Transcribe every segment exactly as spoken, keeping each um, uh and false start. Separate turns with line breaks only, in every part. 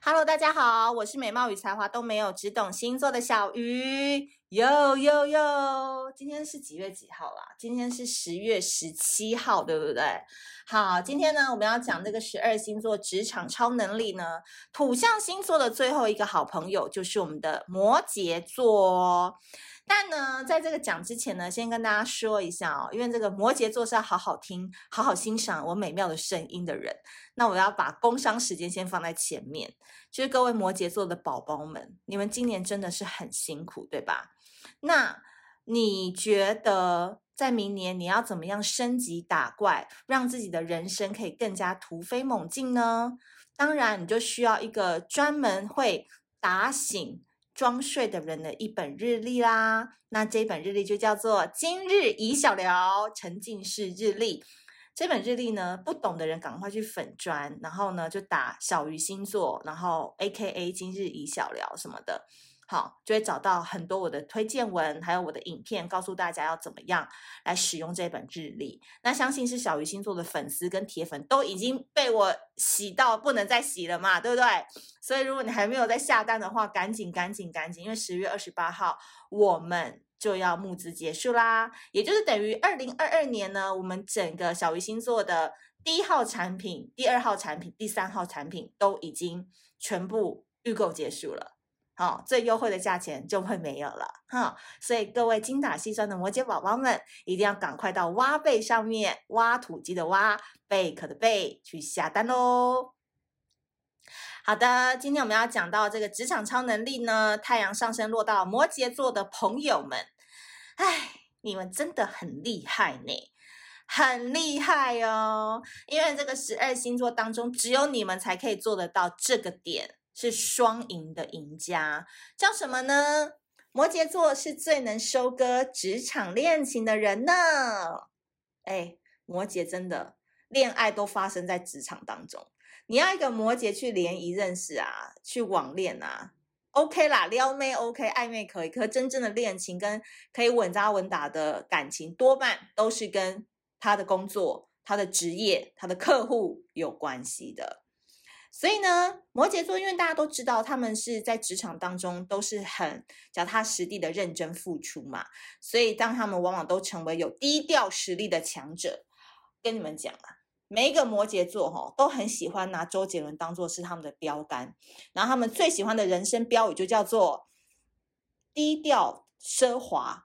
Hello， 大家好，我是美貌与才华都没有，只懂星座的小鱼。哟哟哟，今天是几月几号啦？今天是十月十七号，对不对？好，今天呢，我们要讲这个十二星座职场超能力呢，土象星座的最后一个好朋友就是我们的摩羯座。但呢，在这个讲之前呢，先跟大家说一下哦，因为这个摩羯座是要好好听、好好欣赏我美妙的声音的人，那我要把工商时间先放在前面。就是各位摩羯座的宝宝们，你们今年真的是很辛苦，对吧？那你觉得在明年你要怎么样升级打怪，让自己的人生可以更加突飞猛进呢？当然，你就需要一个专门会打醒装睡的人的一本日历啦。那这本日历就叫做今日宜小聊沉浸式日历。这本日历呢，不懂的人赶快去粉专，然后呢就打小鱼星座，然后 A K A 今日宜小聊什么的，好，就会找到很多我的推荐文，还有我的影片，告诉大家要怎么样来使用这本日历。那相信是小鱼星座的粉丝跟铁粉都已经被我洗到不能再洗了嘛，对不对？所以如果你还没有在下单的话，赶紧赶紧赶紧，因为十月二十八号我们就要募资结束啦，也就是等于二零二二年呢，我们整个小鱼星座的第一号产品、第二号产品、第三号产品都已经全部预购结束了。好，最优惠的价钱就会没有了哈，所以各位精打细算的摩羯宝宝们，一定要赶快到挖贝上面，挖土机的挖，贝壳的贝，去下单咯。好的，今天我们要讲到这个职场超能力呢，太阳上升落到摩羯座的朋友们，哎，你们真的很厉害呢，很厉害哦，因为这个十二星座当中，只有你们才可以做得到这个点。是双赢的赢家，叫什么呢？摩羯座是最能收割职场恋情的人呢。哎，摩羯真的恋爱都发生在职场当中。你要一个摩羯去联谊认识啊，去网恋啊 ，OK 啦，撩妹 OK， 暧昧可以，可是真正的恋情跟可以稳扎稳打的感情，多半都是跟他的工作、他的职业、他的客户有关系的。所以呢，摩羯座因为大家都知道他们是在职场当中都是很脚踏实地的认真付出嘛，所以当他们往往都成为有低调实力的强者。跟你们讲啊，每一个摩羯座齁都很喜欢拿周杰伦当作是他们的标杆，然后他们最喜欢的人生标语就叫做低调奢华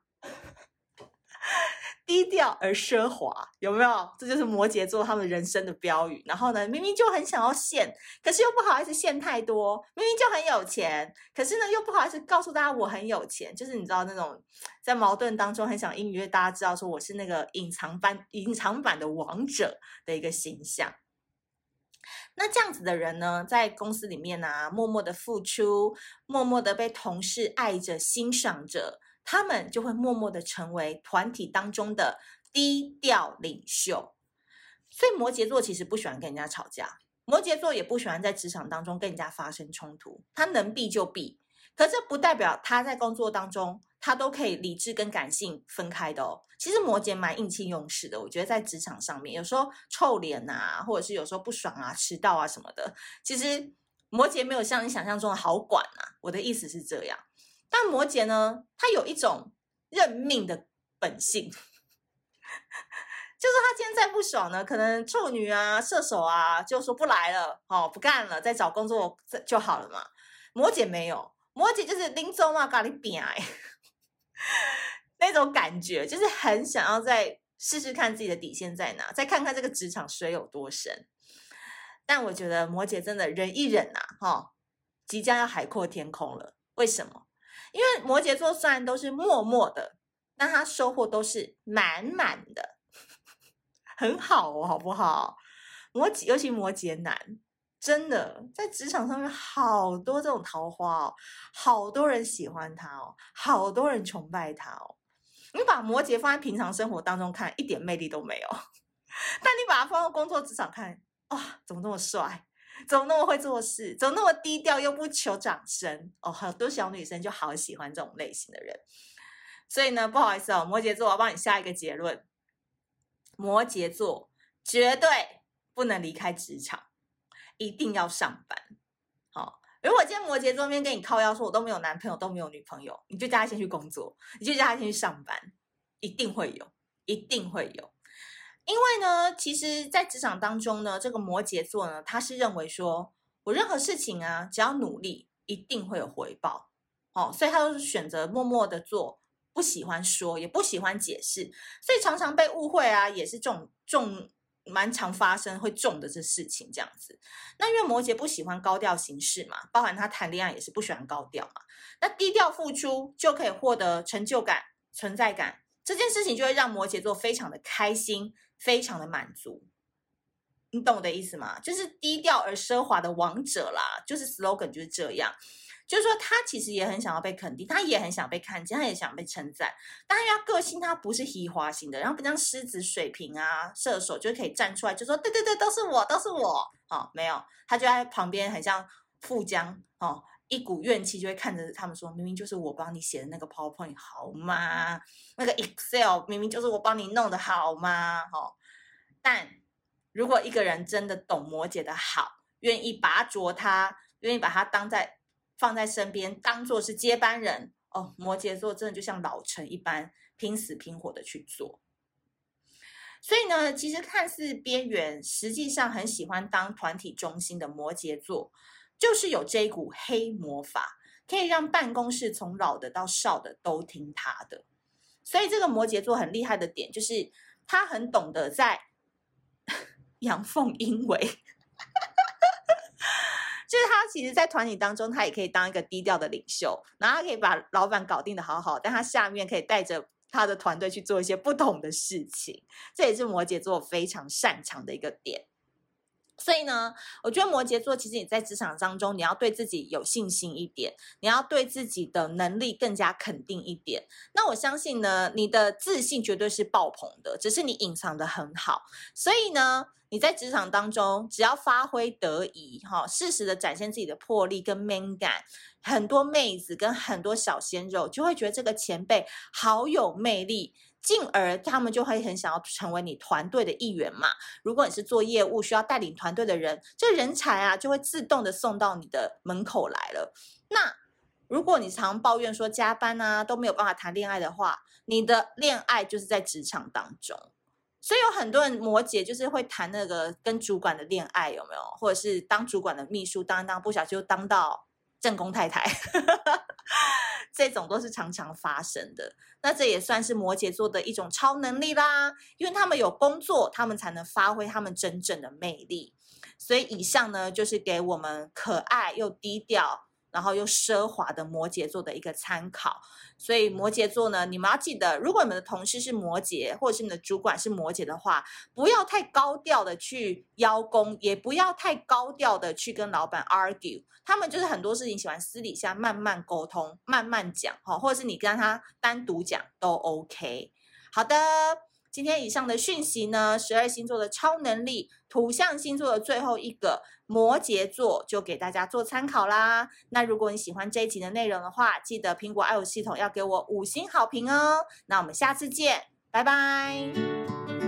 低调而奢华，有没有？这就是摩羯座他们人生的标语。然后呢，明明就很想要现，可是又不好意思现太多；明明就很有钱，可是呢又不好意思告诉大家我很有钱。就是你知道那种在矛盾当中很想隐约大家知道说我是那个隐藏版、隐藏版的王者的一个形象。那这样子的人呢，在公司里面啊，默默的付出，默默的被同事爱着、欣赏着。他们就会默默的成为团体当中的低调领袖。所以摩羯座其实不喜欢跟人家吵架，摩羯座也不喜欢在职场当中跟人家发生冲突，他能避就避。可这不代表他在工作当中他都可以理智跟感性分开的哦。其实摩羯蛮意气用事的，我觉得在职场上面有时候臭脸啊，或者是有时候不爽啊、迟到啊什么的，其实摩羯没有像你想象中的好管啊，我的意思是这样。但摩羯呢，他有一种认命的本性，就是他今天再不爽呢，可能处女啊、射手啊，就说不来了，哦，不干了，再找工作就好了嘛。摩羯没有，摩羯就是拎走嘛，咖喱饼哎，那种感觉，就是很想要再试试看自己的底线在哪，再看看这个职场水有多深。但我觉得摩羯真的忍一忍啊，哦，即将要海阔天空了。为什么？因为摩羯座虽然都是默默的，但他收获都是满满的，很好哦，好不好？摩羯，尤其摩羯男，真的在职场上面好多这种桃花哦，好多人喜欢他哦，好多人崇拜他哦。你把摩羯放在平常生活当中看，一点魅力都没有，但你把它放到工作职场看，哇、哦，怎么那么帅？怎么那么会做事？怎么那么低调又不求掌声？哦，很多小女生就好喜欢这种类型的人。所以呢，不好意思哦，摩羯座，我要帮你下一个结论：摩羯座绝对不能离开职场，一定要上班。好、哦， 如果今天摩羯座那边跟你靠腰说我都没有男朋友都没有女朋友，你就叫他先去工作，你就叫他先去上班，一定会有，一定会有。因为呢，其实在职场当中呢，这个摩羯座呢，他是认为说我任何事情啊，只要努力一定会有回报，哦，所以他都是选择默默的做，不喜欢说，也不喜欢解释，所以常常被误会啊，也是这种重蛮常发生会中的这事情这样子。那因为摩羯不喜欢高调行事嘛，包含他谈恋爱也是不喜欢高调嘛，那低调付出就可以获得成就感、存在感，这件事情就会让摩羯座非常的开心，非常的满足。你懂我的意思吗？就是低调而奢华的王者啦，就是 slogan 就是这样。就是说他其实也很想要被肯定，他也很想被看见，他也想被称赞，但因为他个性他不是嘻花型的，然后不像狮子、水瓶啊、射手就可以站出来就说对对对都是我都是我，哦，没有，他就在旁边很像富江哦，一股怨气就会看着他们说，明明就是我帮你写的那个 PowerPoint 好吗？那个 Excel 明明就是我帮你弄的好吗？哦，但如果一个人真的懂摩羯的好，愿意拔擢他，愿意把他当在放在身边，当作是接班人哦，摩羯座真的就像老陈一般，拼死拼活的去做。所以呢，其实看似边缘，实际上很喜欢当团体中心的摩羯座，就是有这一股黑魔法，可以让办公室从老的到少的都听他的。所以这个摩羯座很厉害的点，就是他很懂得在阳奉阴违。就是他其实在团体当中，他也可以当一个低调的领袖，然后他可以把老板搞定的好好，但他下面可以带着他的团队去做一些不同的事情，这也是摩羯座非常擅长的一个点。所以呢，我觉得摩羯座其实你在职场当中，你要对自己有信心一点，你要对自己的能力更加肯定一点。那我相信呢，你的自信绝对是爆棚的，只是你隐藏的很好。所以呢，你在职场当中，只要发挥得宜，哈，适时的展现自己的魄力跟 man 感，很多妹子跟很多小鲜肉就会觉得这个前辈好有魅力。进而他们就会很想要成为你团队的一员嘛。如果你是做业务需要带领团队的人，这人才啊就会自动的送到你的门口来了。那如果你常抱怨说加班啊都没有办法谈恋爱的话，你的恋爱就是在职场当中。所以有很多人摩羯就是会谈那个跟主管的恋爱，有没有？或者是当主管的秘书当当不小心就当到正宫太太这种都是常常发生的。那这也算是摩羯座的一种超能力啦，因为他们有工作，他们才能发挥他们真正的魅力。所以以上呢，就是给我们可爱又低调然后又奢华的摩羯座的一个参考。所以摩羯座呢，你们要记得，如果你们的同事是摩羯，或者是你的主管是摩羯的话，不要太高调的去邀功，也不要太高调的去跟老板 argue。他们就是很多事情喜欢私底下慢慢沟通，慢慢讲，或者是你跟他单独讲都 OK。好的。今天以上的讯息呢，十二星座的超能力，土象星座的最后一个摩羯座就给大家做参考啦。那如果你喜欢这一集的内容的话，记得苹果 iOS 系统要给我五星好评哦。那我们下次见，拜拜。